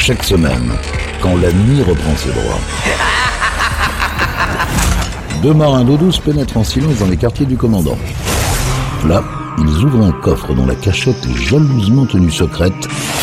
Chaque semaine, quand la nuit reprend ses droits. Deux marins d'eau douce pénètrent en silence dans les quartiers du commandant. Là, ils ouvrent un coffre dont la cachette est jalousement tenue secrète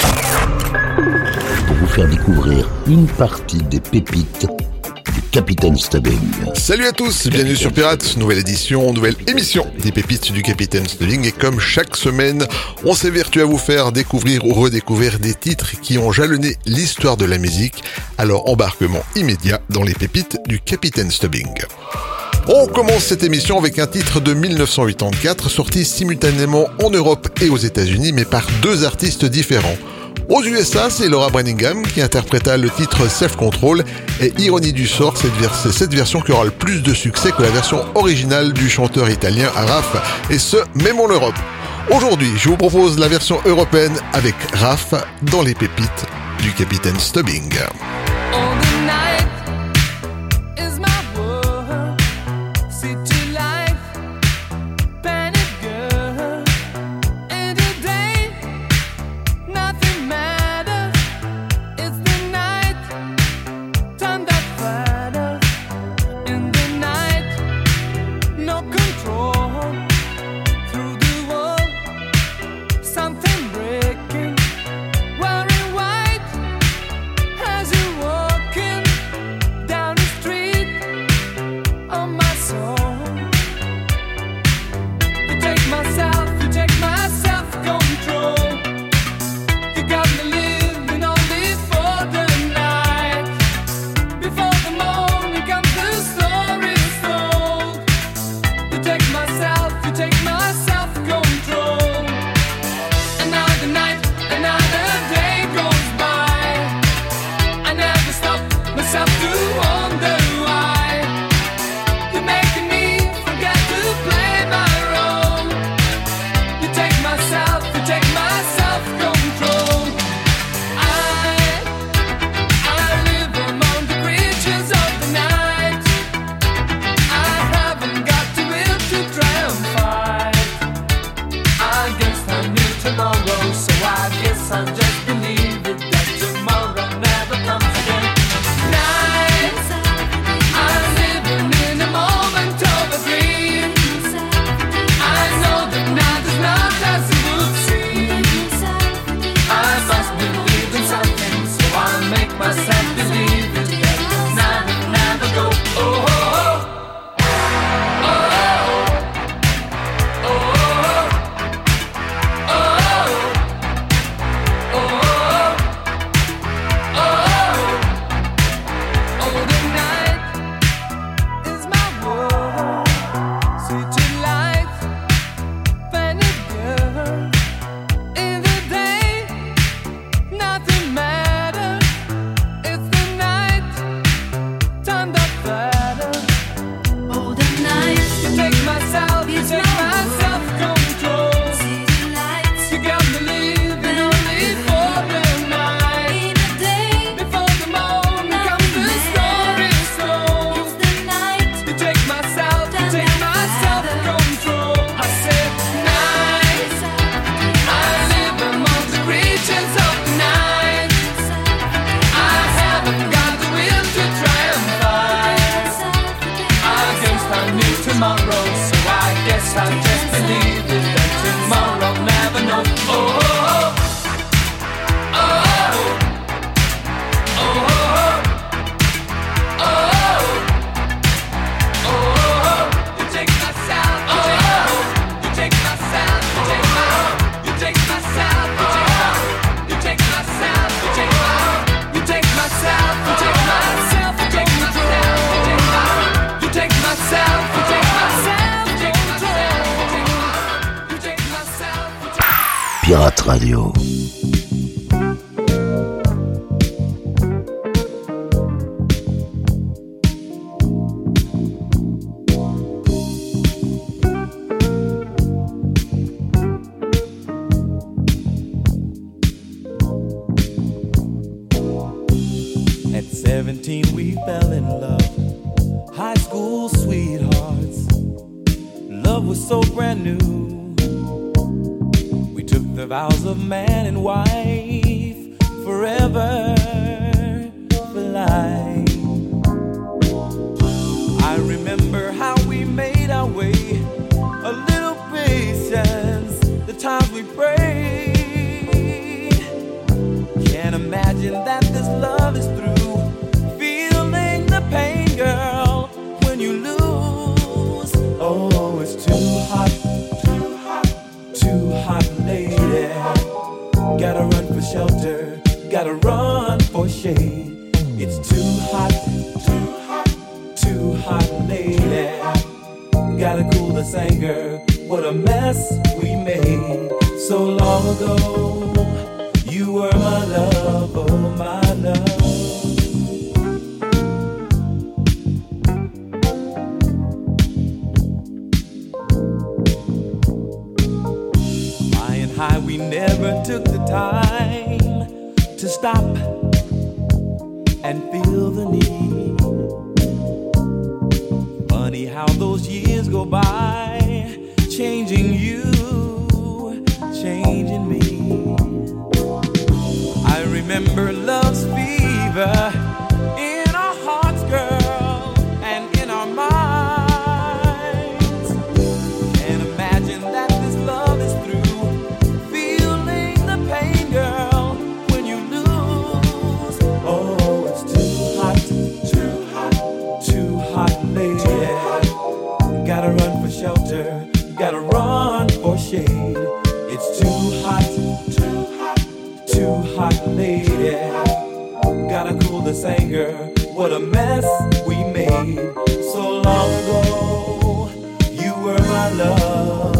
pour vous faire découvrir une partie des pépites du Capitaine Stubbing. Salut à tous, bienvenue sur Pirates, nouvelle édition, nouvelle émission des pépites du Capitaine Stubbing. Et comme chaque semaine, on s'évertue à vous faire découvrir ou redécouvrir des titres qui ont jalonné l'histoire de la musique. Alors embarquement immédiat dans les pépites du Capitaine Stubbing. On commence cette émission avec un titre de 1984 sorti simultanément en Europe et aux États-Unis, mais par deux artistes différents. Aux USA, c'est Laura Branigan qui interpréta le titre Self Control, et ironie du sort, c'est cette version qui aura le plus de succès que la version originale du chanteur italien Raf, et ce, même en Europe. Aujourd'hui, je vous propose la version européenne avec Raf dans les pépites du Capitaine Stubbing. Pirate Radio. At 17 we fell in love, high school sweethearts. Love was so brand new. We took the vows of man and wife forever. shelter, gotta run for shade. It's too hot, too hot, lady. Gotta cool this anger, what a mess we made so long ago. You were my love, oh my love. High, we never took the time to stop and feel the need. Funny how those years go by, changing you, changing me. I remember love's fever in our hearts, girl, and in our minds. Can't imagine that this love is through. Girl, when you lose, oh, it's too hot, lady. Gotta run for shelter, gotta run for shade. It's too hot, lady. Gotta cool this anger, what a mess we made so long ago. You were my love.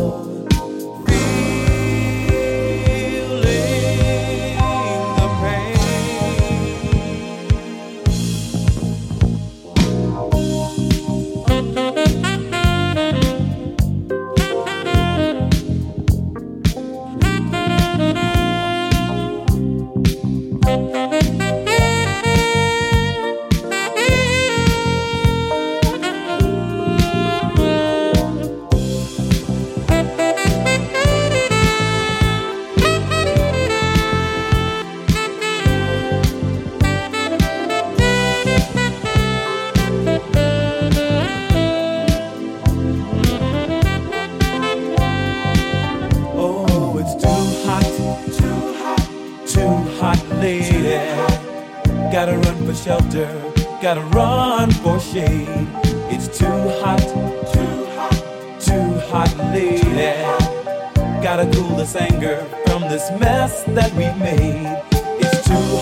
Gotta run for shelter, gotta run for shade. It's too hot, lady. Gotta cool this anger from this mess that we made. It's too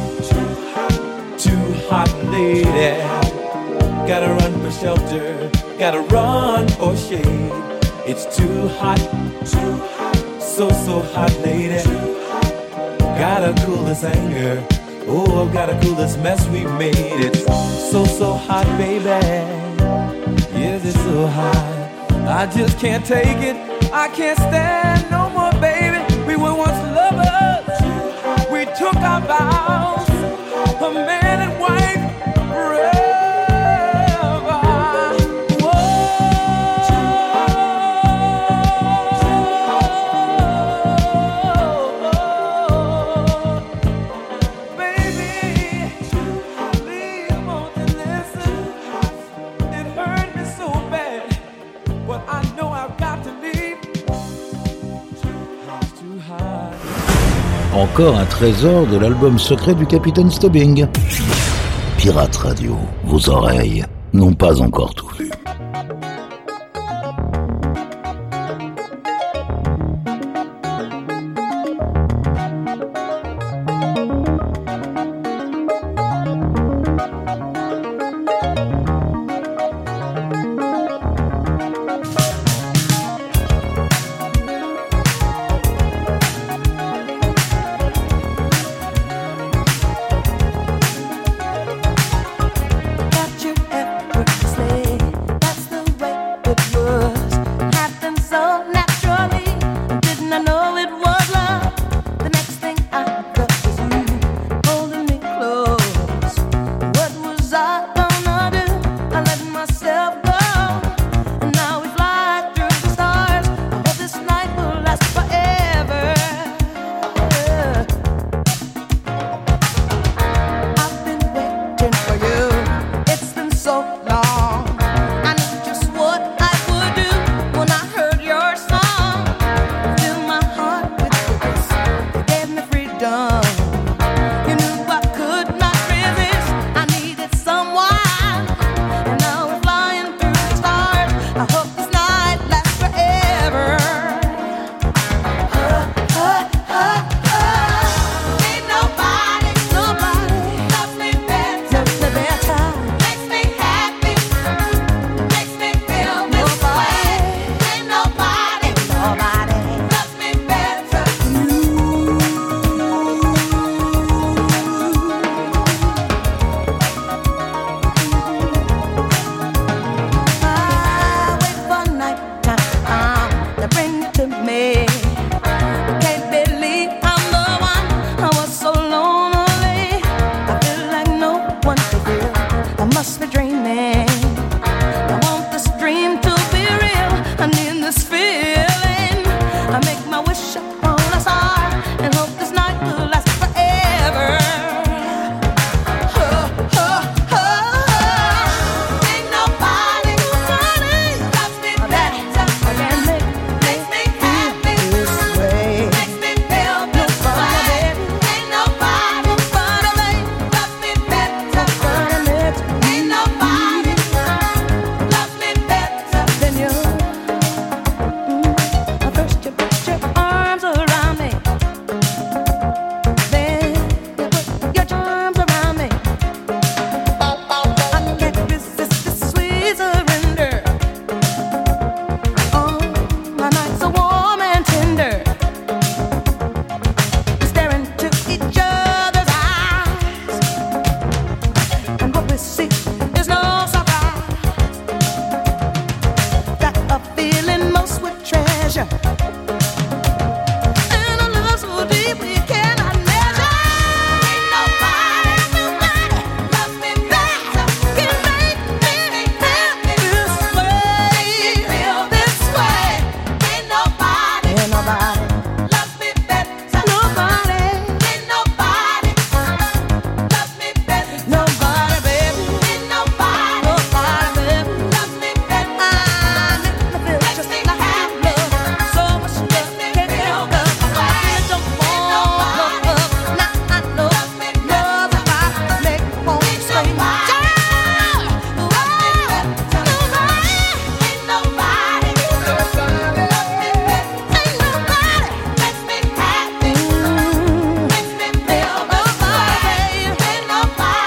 hot, lady. Gotta run for shelter, gotta run for shade. It's too hot, so hot, lady. Gotta cool this anger. Oh, I've gotta cool this mess we made. It's so hot, baby. Yes, it's so hot. I just can't take it. I can't stand no more, baby. We were once lovers. We took our vows, a man and wife forever. Encore un trésor de l'album secret du Capitaine Stubbing. Pirate Radio, vos oreilles n'ont pas encore tout vu. Got you effortlessly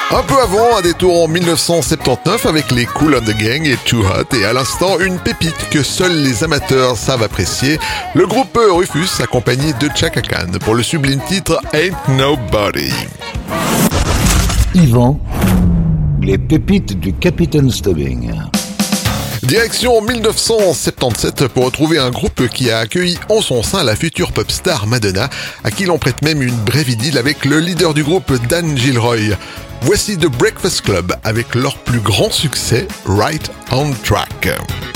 Un peu avant, un détour en 1979 avec les Kool and the Gang et Too Hot, et à l'instant, une pépite que seuls les amateurs savent apprécier, le groupe Rufus accompagné de Chaka Khan pour le sublime titre Ain't Nobody. Yvan, les pépites du Capitaine Stubbing. Direction 1977 pour retrouver un groupe qui a accueilli en son sein la future pop star Madonna, à qui l'on prête même une brève idylle avec le leader du groupe Dan Gilroy. Voici The Breakfast Club avec leur plus grand succès, Right on Track.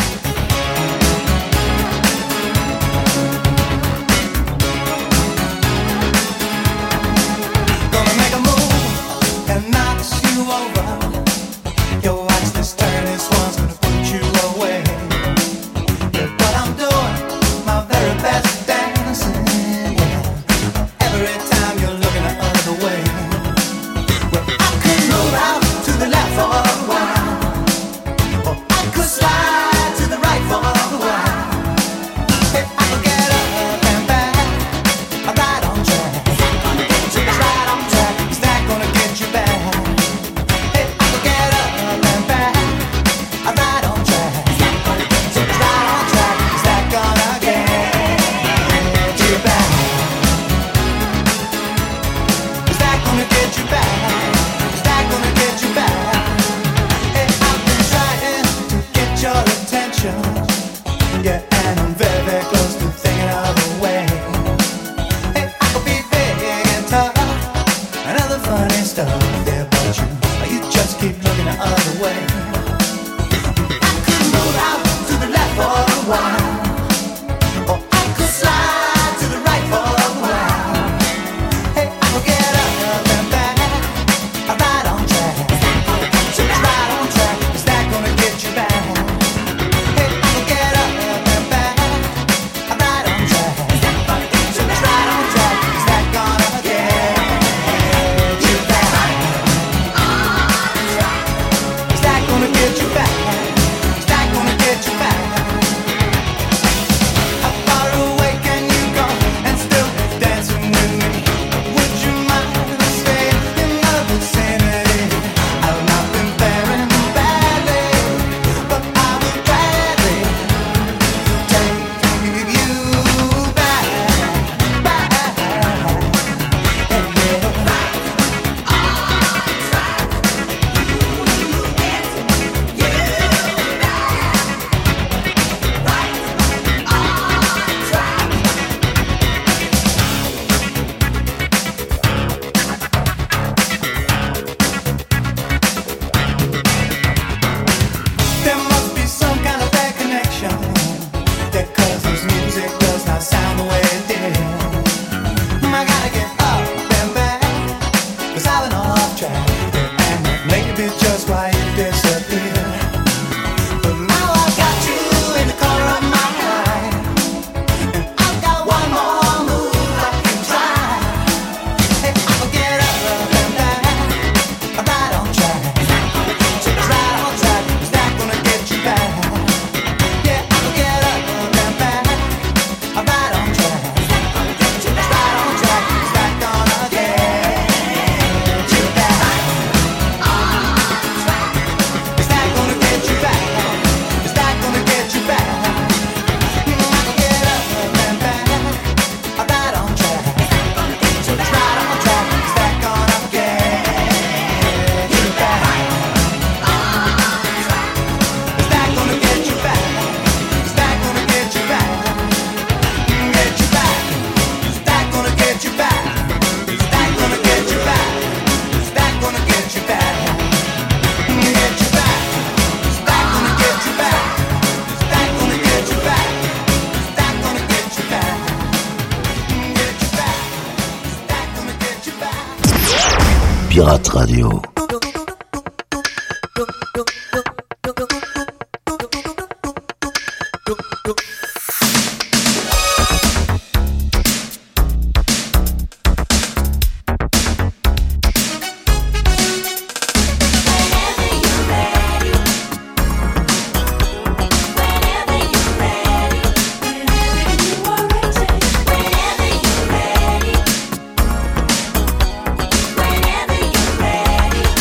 Pirate Radio. Ready.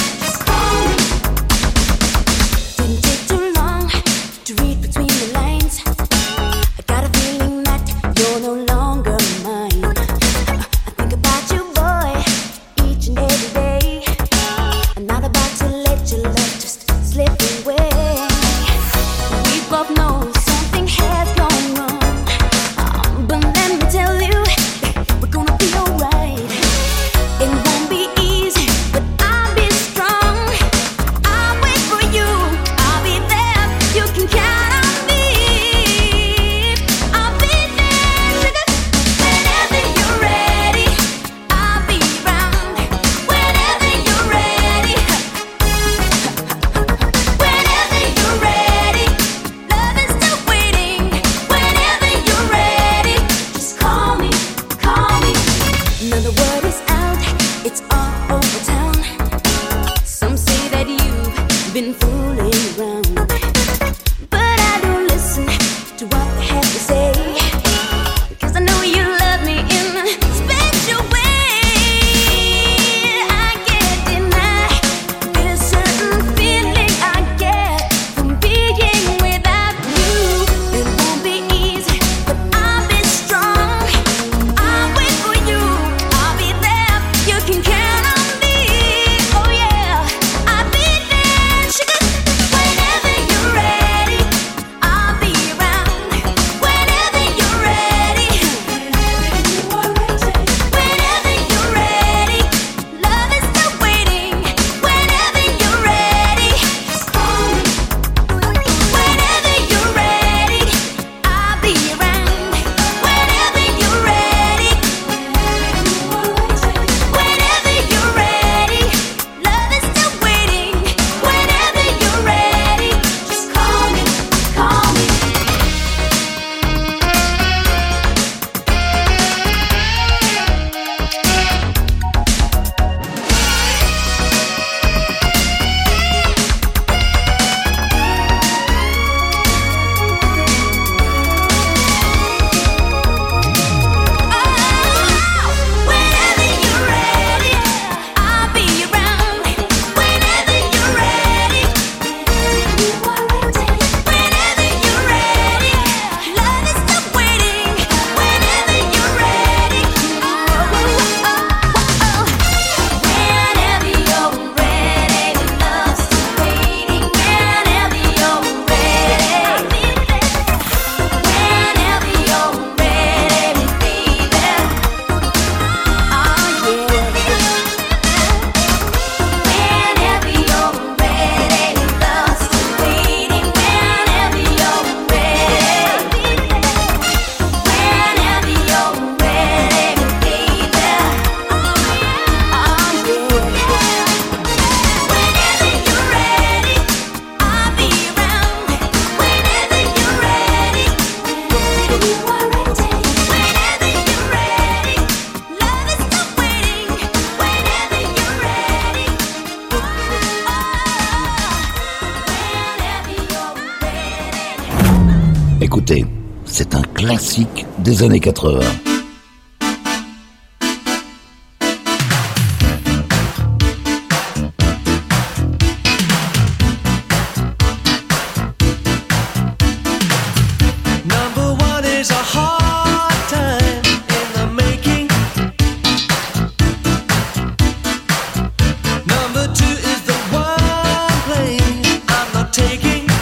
Écoutez, c'est un classique des années 80.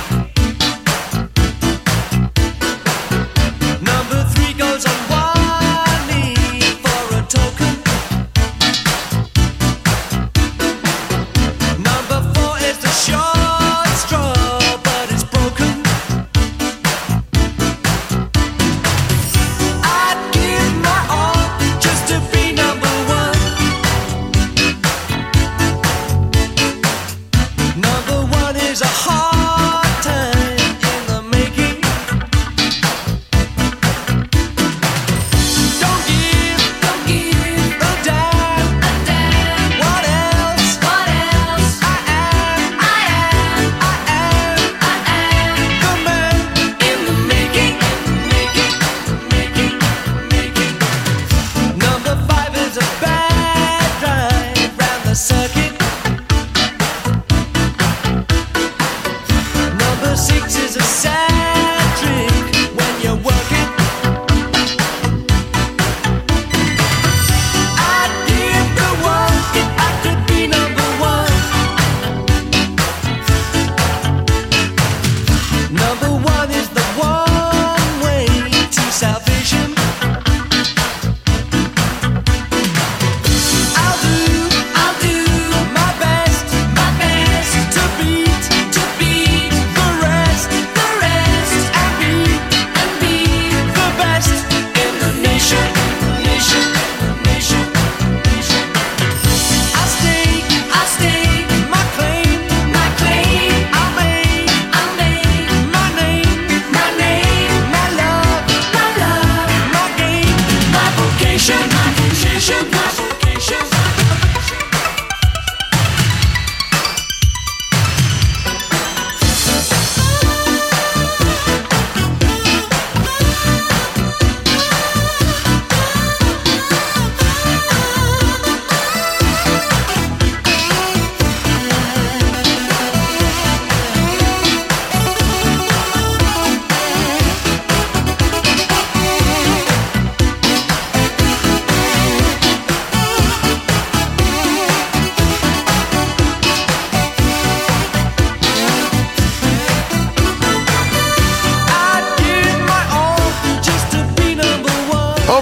Number 3 goes on wild.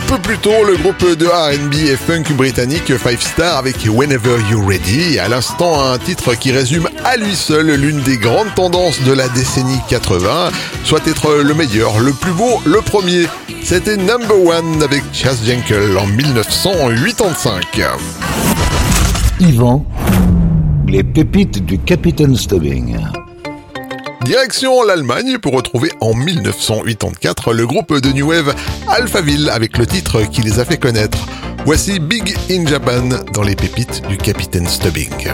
peu plus tôt, le groupe de R&B et funk britannique Five Star avec Whenever You're Ready. Et à l'instant, un titre qui résume à lui seul l'une des grandes tendances de la décennie 80, soit être le meilleur, le plus beau, le premier. C'était Number One avec Chas Jankel en 1985. Yvan, les pépites du Capitaine Stubbing. Direction l'Allemagne pour retrouver en 1984 le groupe de New Wave Alphaville avec le titre qui les a fait connaître. Voici Big in Japan dans les pépites du Capitaine Stubbing.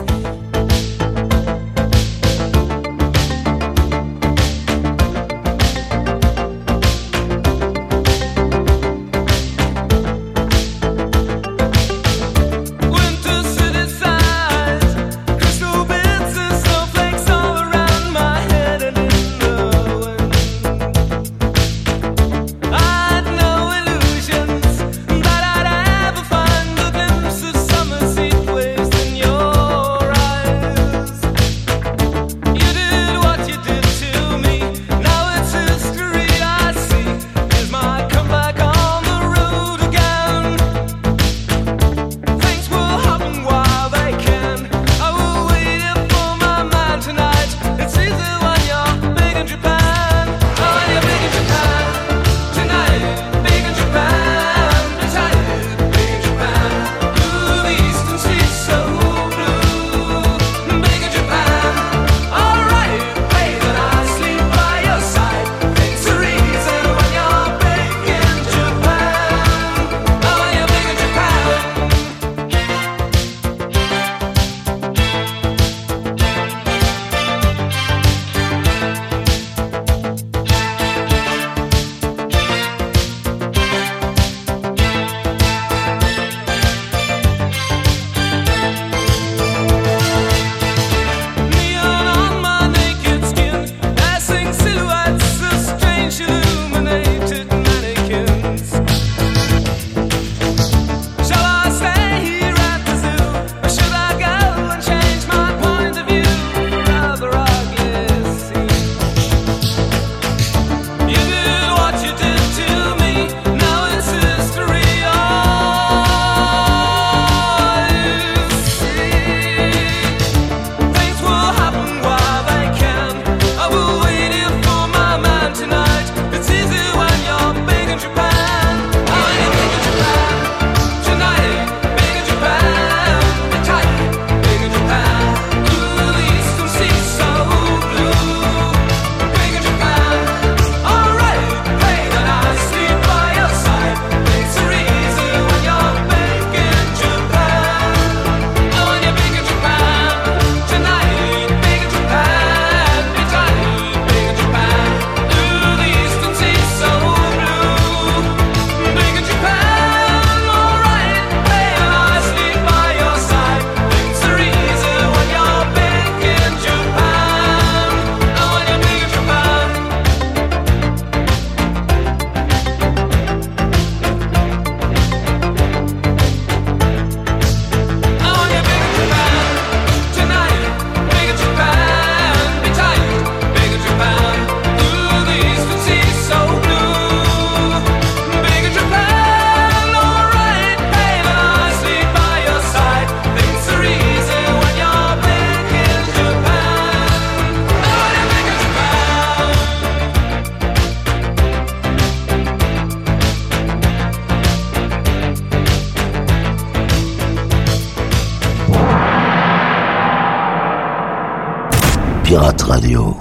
Pirate Radio.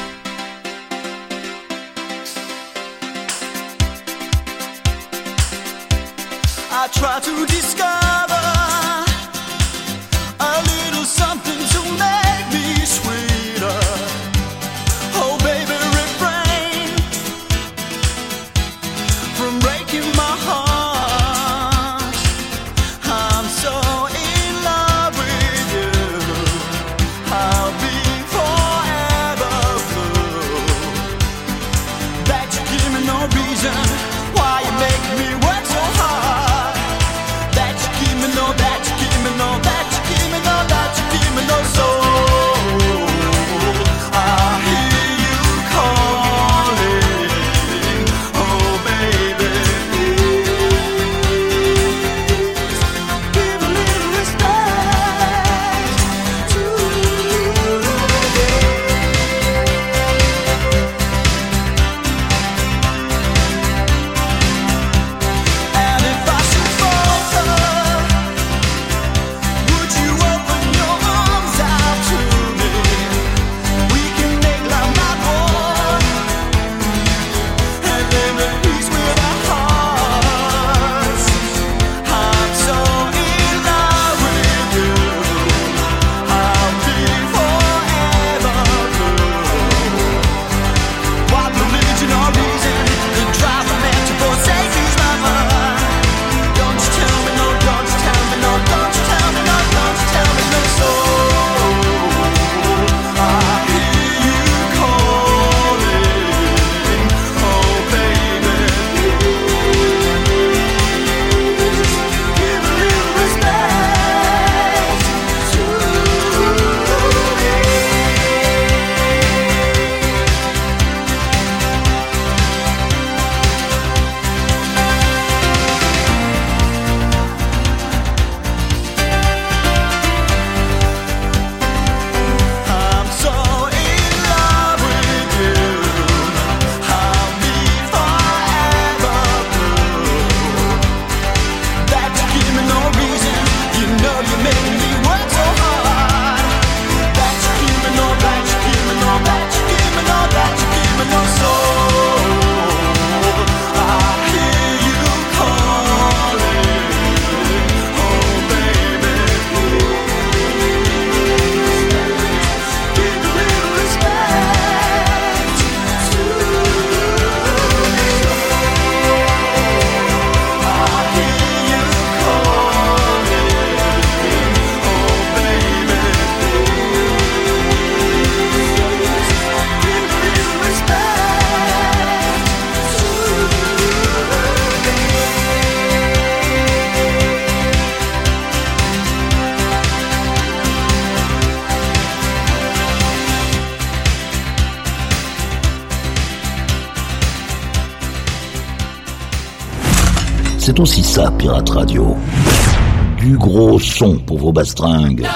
I try to discover a little something to make me sweeter. Oh baby, refrain from breaking my heart. I'm so in love with you. I'll be forever C'est aussi ça, Pirate Radio. Du gros son pour vos bastringues.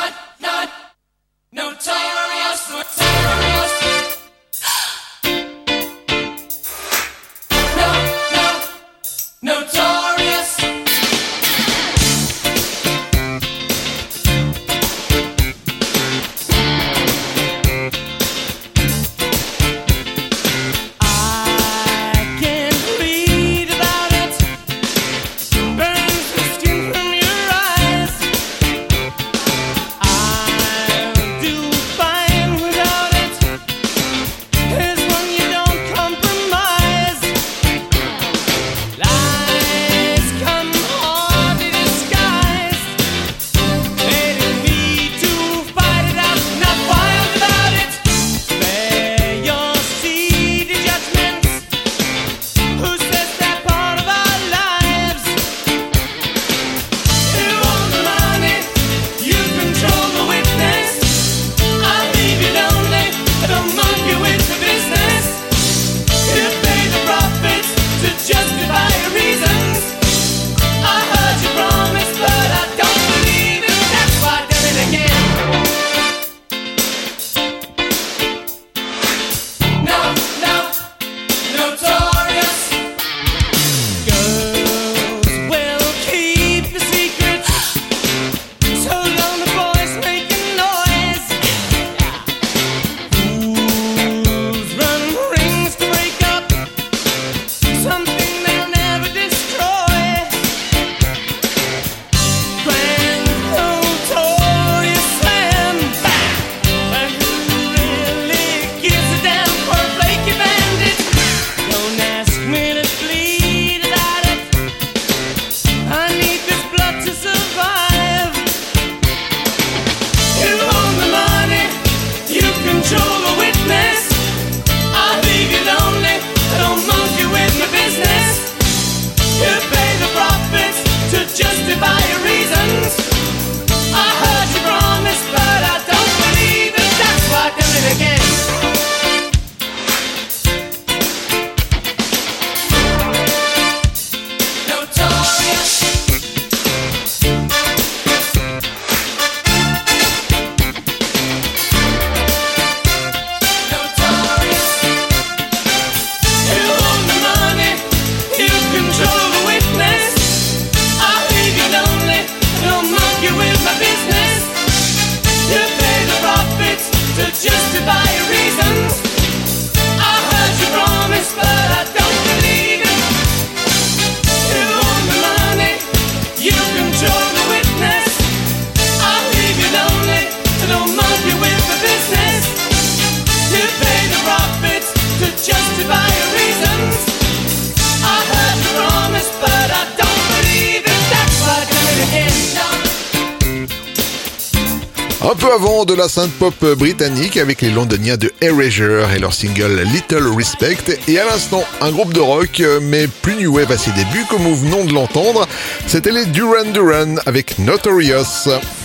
Un peu avant de la synth-pop britannique avec les londoniens de Erasure et leur single Little Respect. Et à l'instant, un groupe de rock, mais plus new wave à ses débuts, comme nous venons de l'entendre. C'était les Duran Duran avec Notorious.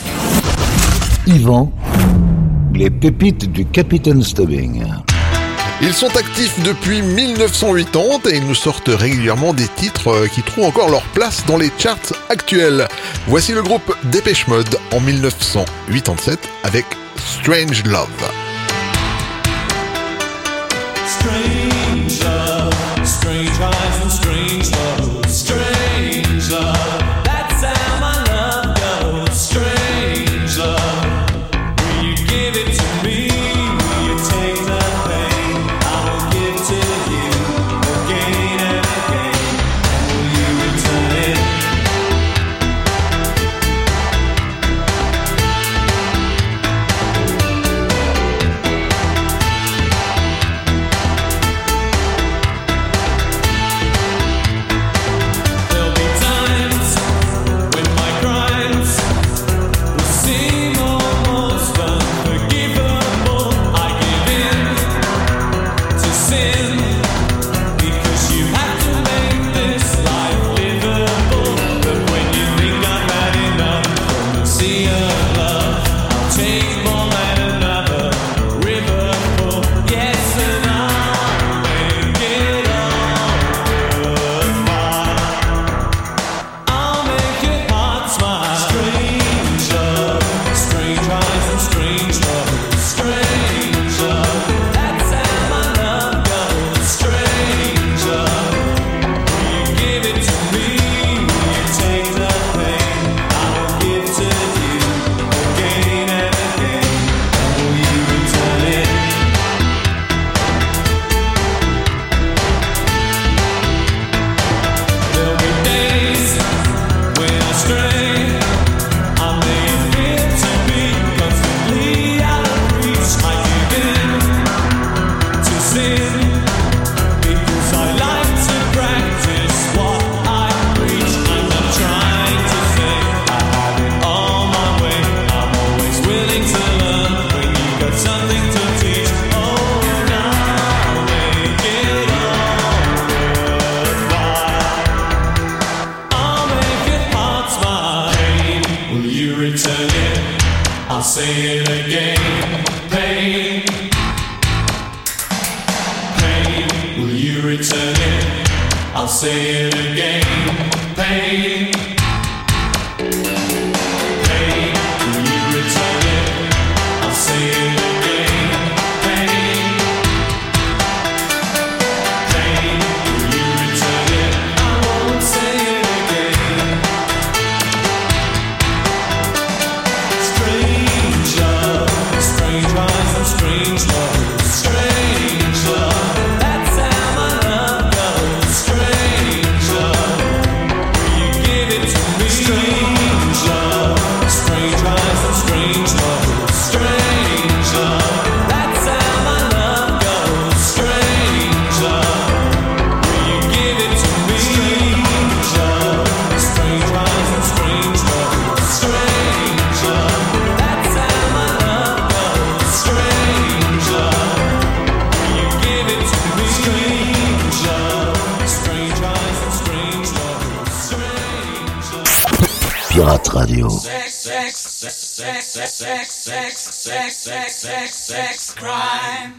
Yvan, les pépites du Capitaine Stubbing. Ils sont actifs depuis 1980 et ils nous sortent régulièrement des titres qui trouvent encore leur place dans les charts actuels. Voici le groupe Depeche Mode en 1987 avec Strange Love. Strange love, strange eyes and strange love, strange love. That's how my love goes. Strange love, will you give it to me? Will you take the pain? I will give to you again and again. And will you return it? I'll say it again. Pain, pain, will you return it? I'll say it again. Pain, pain, will you return it? I'll say it again. Pain, pain, will you return it? I won't say it again. Strange love, strange rise and strange love, strange love. That's how my love goes. Strange love, will you give it to me? Strange love, strange rise and strange love, strange love. That's how my love goes. Strange love, will you give it to me? Strange love, strange rise and strange love, strange love. That's how my love goes. Strange love, will you give it to me? Strange love, strange rise and strange love, strange love. Pirate Radio. Sex, crime,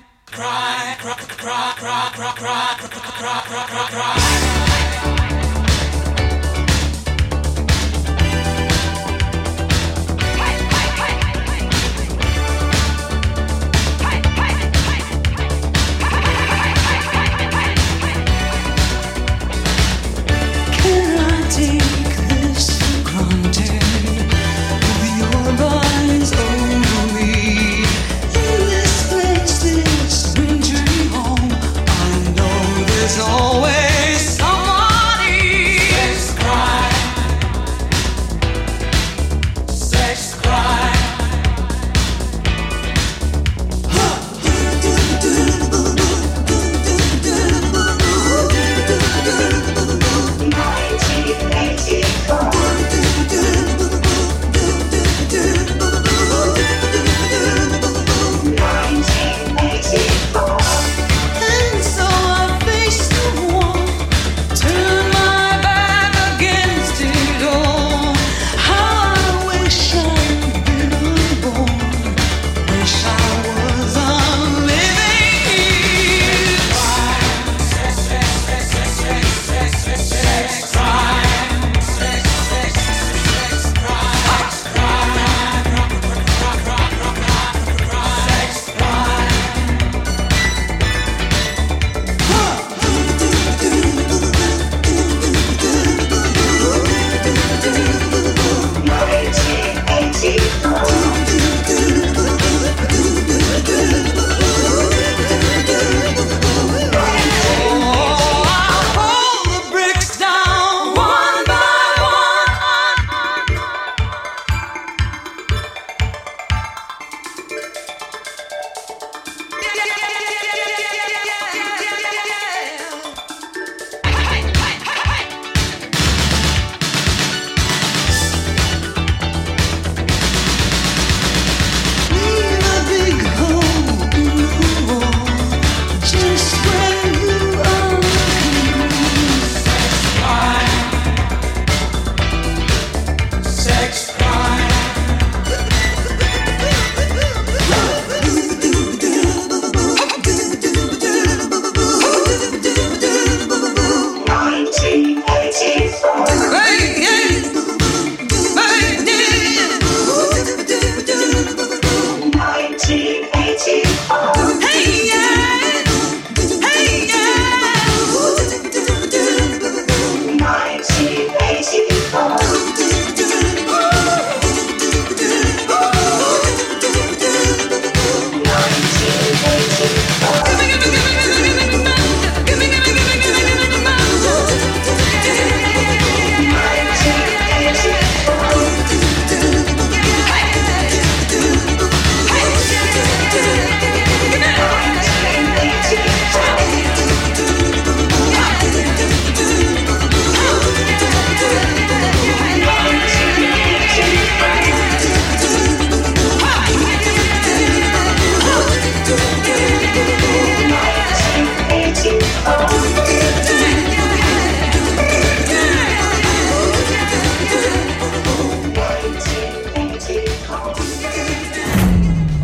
Can I take this for granted? With your eyes over me, in this place, this dream home, I know there's always someone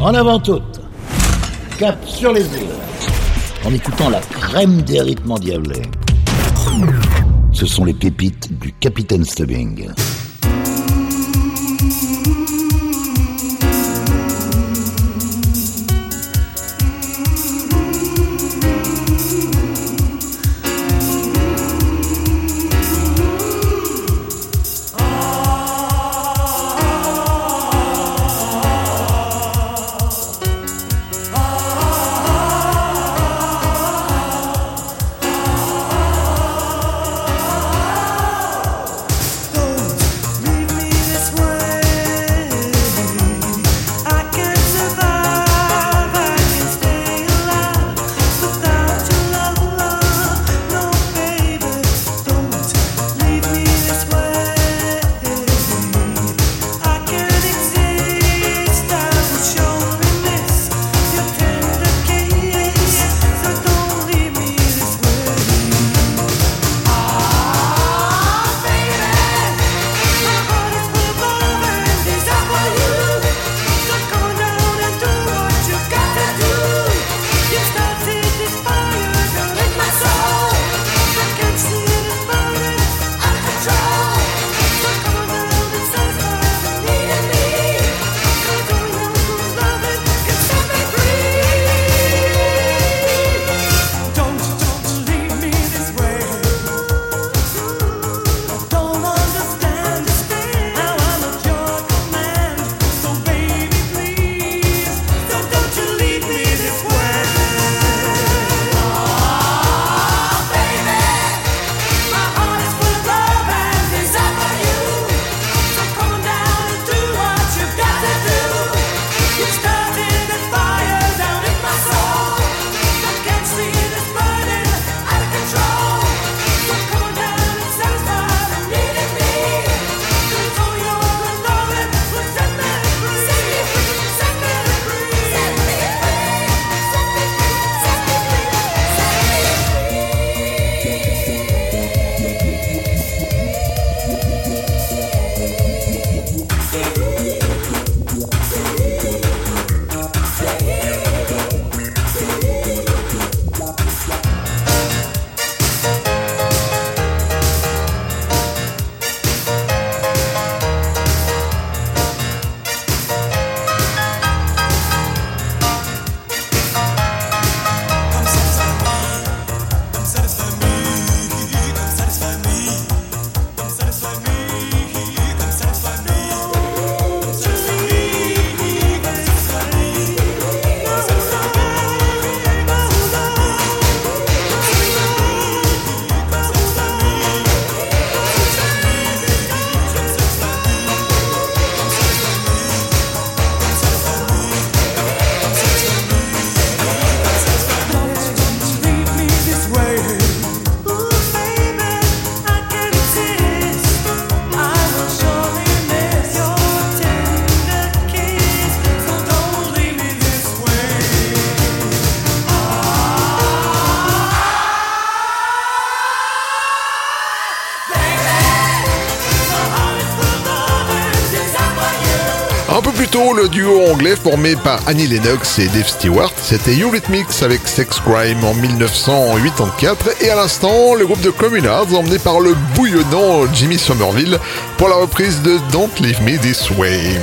En avant toutes. Cap sur les îles. En écoutant la crème des rythmes endiablés. Ce sont les pépites du Capitaine Stubbing. Un peu plus tôt, le duo anglais formé par Annie Lennox et Dave Stewart, c'était Eurythmics avec Sex Crime en 1984, et à l'instant, le groupe de Communards emmené par le bouillonnant Jimmy Somerville pour la reprise de Don't Leave Me This Way.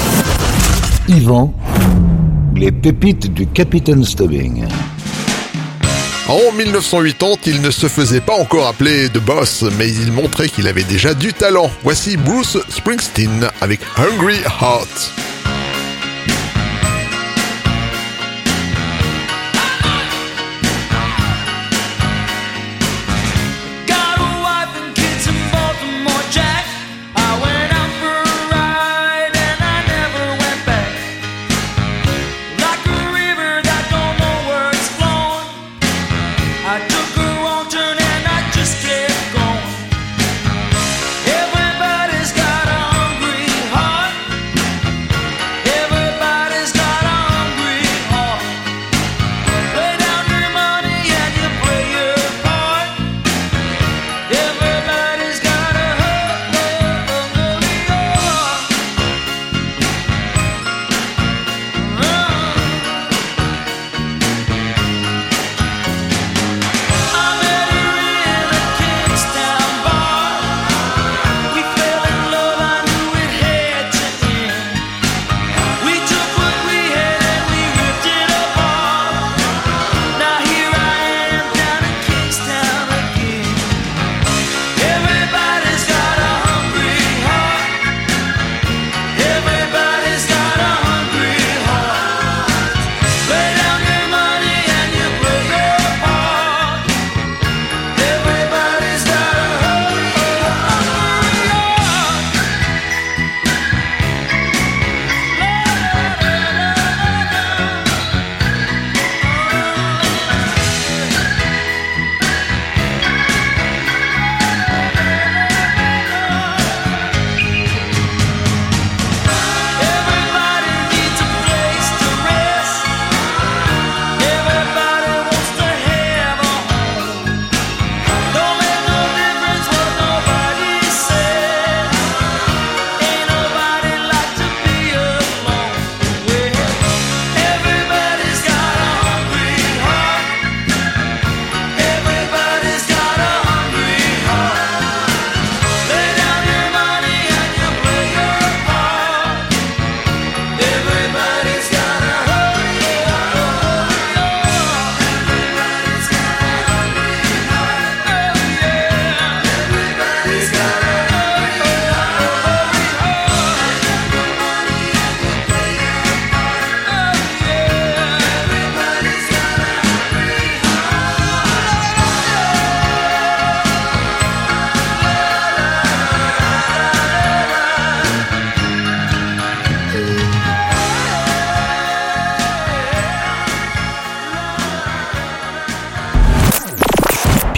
Yvan, les pépites du Capitaine Stubbing. En 1980, il ne se faisait pas encore appeler The Boss, mais il montrait qu'il avait déjà du talent. Voici Bruce Springsteen avec Hungry Heart. Everybody's got a hungry heart.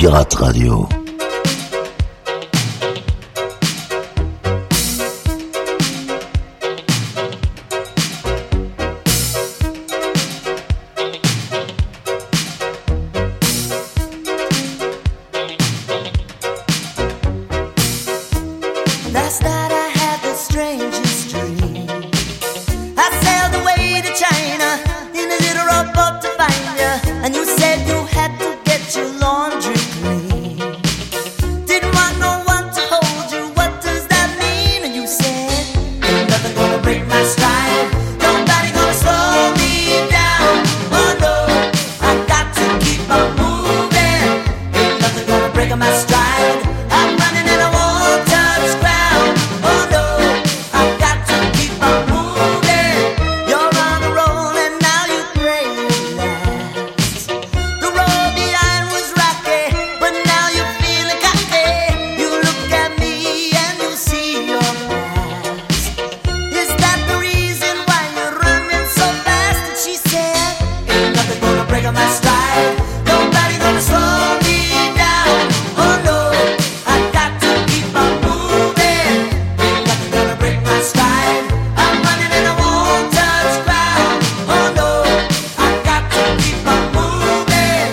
Pirate Radio. Last night I had the strangest dream. I sailed away to China in a little rowboat to find you, and you said you had to get your laundry clean. Didn't want no one to hold you. What does that mean? And you said, ain't nothing gonna break my stride. Nobody gonna slow me down. Oh no, I got to keep on moving. Ain't nothing gonna break my stride. I'm running and I won't touch ground. Oh no, I got to keep on moving. You're on a roll and now you pray it lasts. The road behind was rocky, but now you're feeling cocky. You look at me and you see your past. Is that the reason why you're running so fast? And she said, ain't nothing gonna break my stride. Nobody gonna slow me down. Oh no, I got to keep on moving. Ain't nothing gonna break my stride. I'm running and I won't touch ground. Oh no, I got to keep on moving.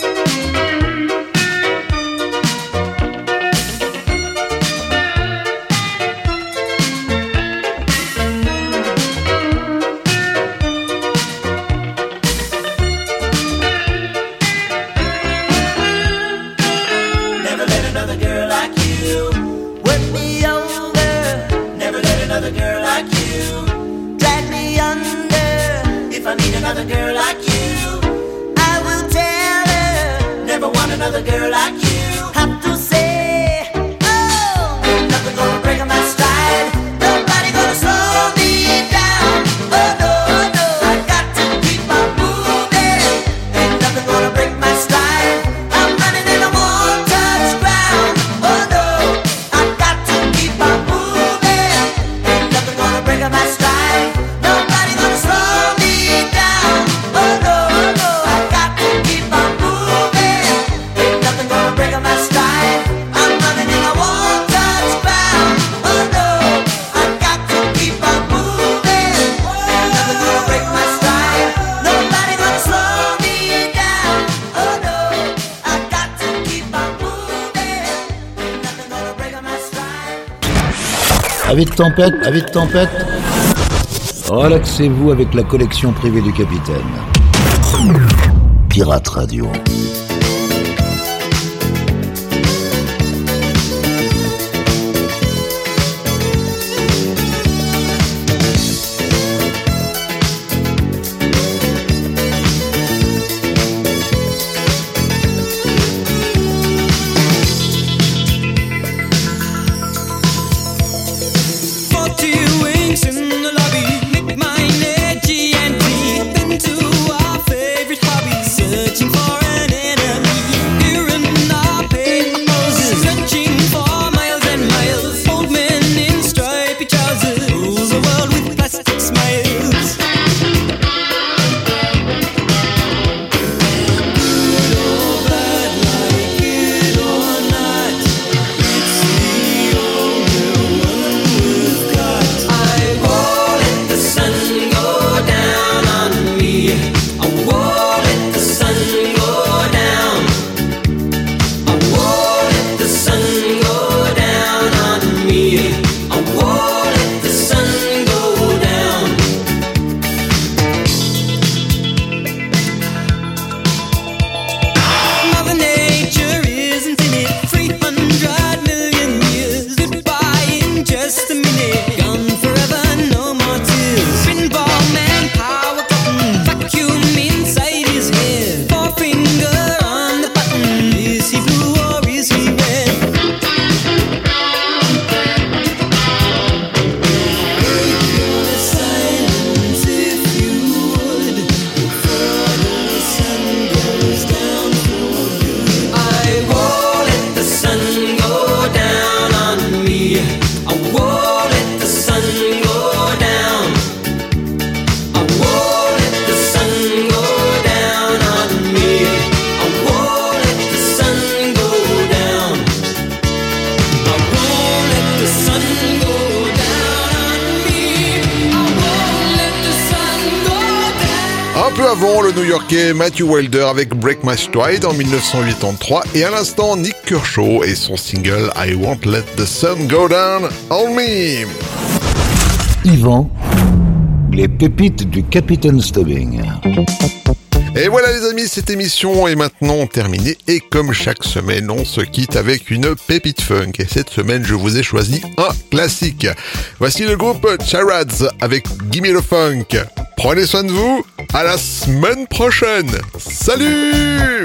Never let another girl like you work me over. Never let another girl like you drag me under. If I meet another girl like you, I will tell her. Never want another girl like you. Have to say, oh, ain't nothing gonna break my stride. Nobody gonna slow me down. Oh no, no, I got to keep on moving. Ain't nothing gonna break my stride. I'm running and I won't touch ground. Oh no, I got to keep on moving. Ain't nothing gonna break my stride. Nobody gonna slow me down. Oh no, no, I got to keep on moving. Ain't nothing gonna break my stride. I'm running and I won't touch ground. Oh no, I got to keep on moving. Ain't nothing gonna break my stride. Nobody gonna slow me down. Oh no, I got to keep on moving. Ain't nothing gonna break my stride. Avis de tempête, relaxez-vous avec la collection privée du capitaine. Pirate Radio. Wings in the lobby, make my energy and deep into our favorite hobby, searching for an Un peu avant, le New-Yorkais Matthew Wilder avec Break My Stride en 1983 et à l'instant Nick Kershaw et son single I Won't Let the Sun Go Down on Me. Yvan, les pépites du Capitaine Stubbing. Et voilà les amis, cette émission est maintenant terminée et comme chaque semaine, on se quitte avec une pépite funk. Et cette semaine, je vous ai choisi un classique. Voici le groupe Charads avec Gimme the Funk. Prenez soin de vous, à la semaine prochaine. Salut!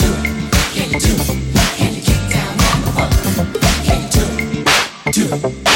do.